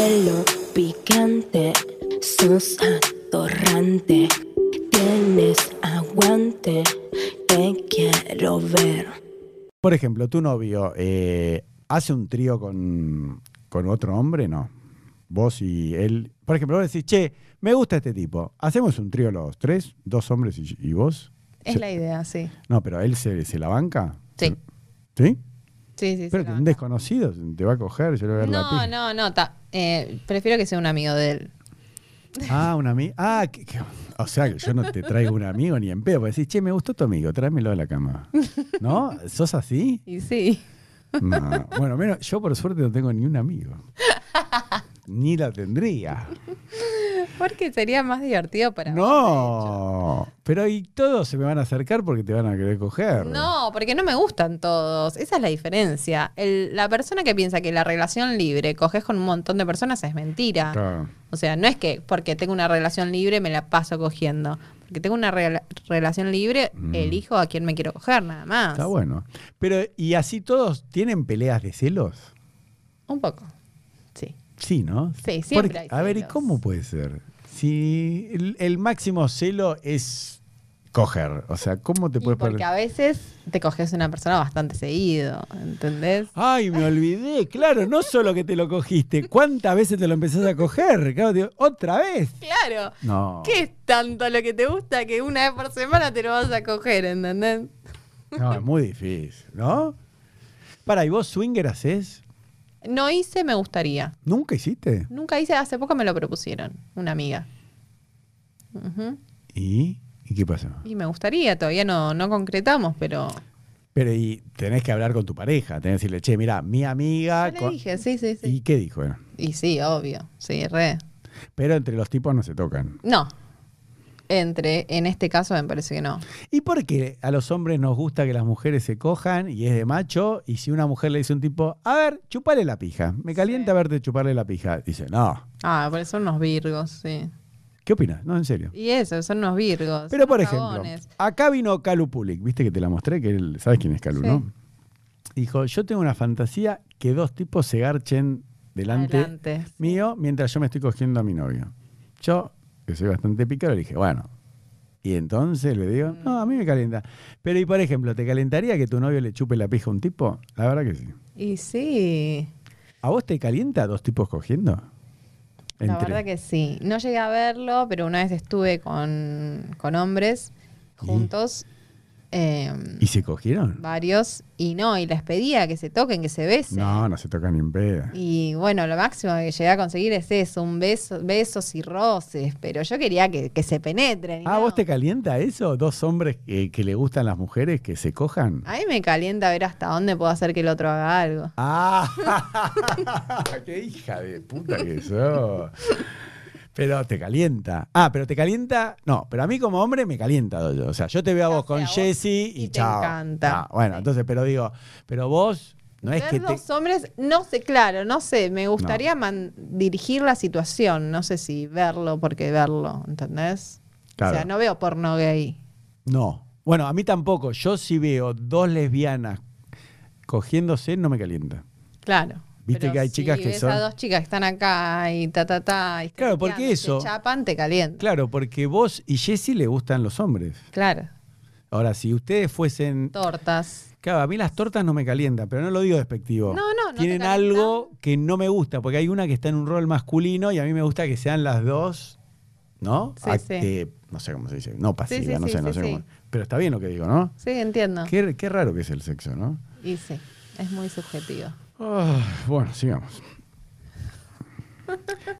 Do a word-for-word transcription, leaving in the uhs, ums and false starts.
pelo picante, sos atorrante, tienes aguante, te quiero ver. Por ejemplo, tu novio eh, hace un trío con, con otro hombre, ¿no? Vos y él. Por ejemplo, vos decís, che, me gusta este tipo. ¿Hacemos un trío los tres? ¿Dos hombres y, y vos? Es Se- la idea, sí. No, pero él se, se la banca. Sí. ¿Sí? Sí, sí, Pero sí. que un desconocido te va a coger, yo le voy a ver la No, pija. no, no. ta- eh, prefiero que sea un amigo de él. Ah, un amigo. Ah, que- que- o sea, que yo no te traigo un amigo ni en pedo. Porque decís, che, me gustó tu amigo, tráemelo a la cama. ¿No? ¿Sos así? Y sí. No. Bueno, menos, yo por suerte no tengo ni un amigo. Ni la tendría. Porque sería más divertido para vos, No. Pero y todos se me van a acercar porque te van a querer coger. de hecho. No, porque no me gustan todos. Esa es la diferencia. El- la persona que piensa que la relación libre coges con un montón de personas es mentira. Claro. O sea, no es que porque tengo una relación libre me la paso cogiendo. Porque tengo una rela- relación libre, Mm. elijo a quién me quiero coger, nada más. Está bueno. Pero, ¿y así todos tienen peleas de celos? Un poco. Sí. Sí, ¿no? Sí, siempre Porque- hay A ver, ¿y celos. cómo puede ser? Si el, el máximo celo es coger. O sea, ¿cómo te Y puedes porque perder? a veces te coges una persona bastante seguido, ¿entendés? Ay, me olvidé. Claro, no solo que te lo cogiste. ¿Cuántas veces te lo empezás a coger? Claro, digo, ¿otra vez? Claro. No. ¿Qué es tanto lo que te gusta que una vez por semana te lo vas a coger, ¿entendés? No, es muy difícil, ¿no? Para, ¿y vos swinger hacés? No hice, me gustaría. ¿Nunca hiciste? Nunca hice, hace poco me lo propusieron, una amiga. Ujú. ¿Y? ¿Y qué pasó? Y me gustaría, todavía no, no concretamos, pero... Pero y tenés que hablar con tu pareja, tenés que decirle, che, mira, mi amiga... Ya le con- dije, sí, sí, sí. ¿Y qué dijo? Bueno, Y sí, obvio, sí, re. pero entre los tipos no se tocan. No, entre, en este caso me parece que no. ¿Y por qué a los hombres nos gusta que las mujeres se cojan y es de macho? Y si una mujer le dice a un tipo, a ver, chupale la pija, me calienta Sí. verte chuparle la pija. Dice, no. Ah, por eso son unos virgos, sí. ¿Qué opinas? No, en serio. Y eso, son unos virgos. Pero son por unos ejemplo, cagones. acá vino Calu Pulik, viste que te la mostré, que él, ¿sabes quién es Calu, Sí. no? Dijo, yo tengo una fantasía que dos tipos se garchen delante Adelante, sí. mío mientras yo me estoy cogiendo a mi novio. Yo, que soy bastante pícaro, le dije, bueno. Y entonces le digo, no, a mí me calienta. Pero, y por ejemplo, ¿te calentaría que tu novio le chupe la pija a un tipo? La verdad que sí. Y sí, ¿A vos te calienta dos tipos cogiendo? la verdad que sí. No llegué a verlo, pero una vez estuve con, con hombres ¿Y? juntos, eh, ¿Y se cogieron? varios, y no, y les pedía que se toquen, que se besen. No, no se tocan ni en pedo. Y bueno, lo máximo que llegué a conseguir es eso, un beso, besos y roces, pero yo quería que, que se penetren. y Ah, no. ¿vos te calienta eso? ¿Dos hombres que, que le gustan las mujeres que se cojan? A mí me calienta ver hasta dónde puedo hacer que el otro haga algo. ¡Ah! ¡Qué hija de puta que sos! Pero te calienta. Ah, pero te calienta. No, pero a mí como hombre me calienta. Doyo. O sea, yo te veo a Ya vos sé, con a vos Jessy y, y te chao. encanta. Ah, bueno, Sí. entonces, pero digo, pero vos no es Ver que te. dos hombres, no sé, claro, no sé, me gustaría man- dirigir la situación, no sé si verlo porque verlo, ¿entendés? Claro. O sea, no veo porno gay. No. Bueno, a mí tampoco. Yo si veo dos lesbianas cogiéndose, no me calienta. Claro. Viste Pero que hay si chicas que ves son- a dos chicas que están acá y ta ta ta y están Claro, porque peleando y eso- se chapan, te calienta. Claro, porque vos y Jessy le gustan los hombres. Claro. Ahora, si ustedes fuesen. Tortas. Claro, a mí las tortas no me calientan, pero no lo digo despectivo. No, no, no te Tienen calientan. algo que no me gusta, porque hay una que está en un rol masculino y a mí me gusta que sean las dos, ¿no? Sí, Ac- sí. eh, no sé cómo se dice, no pasiva, Sí, sí, no sí, sé, no sí, sé sí. cómo. Pero está bien lo que digo, ¿no? Sí, entiendo. Qué, qué raro que es el sexo, ¿no? Y sí, es muy subjetivo. Ah, bueno, sigamos.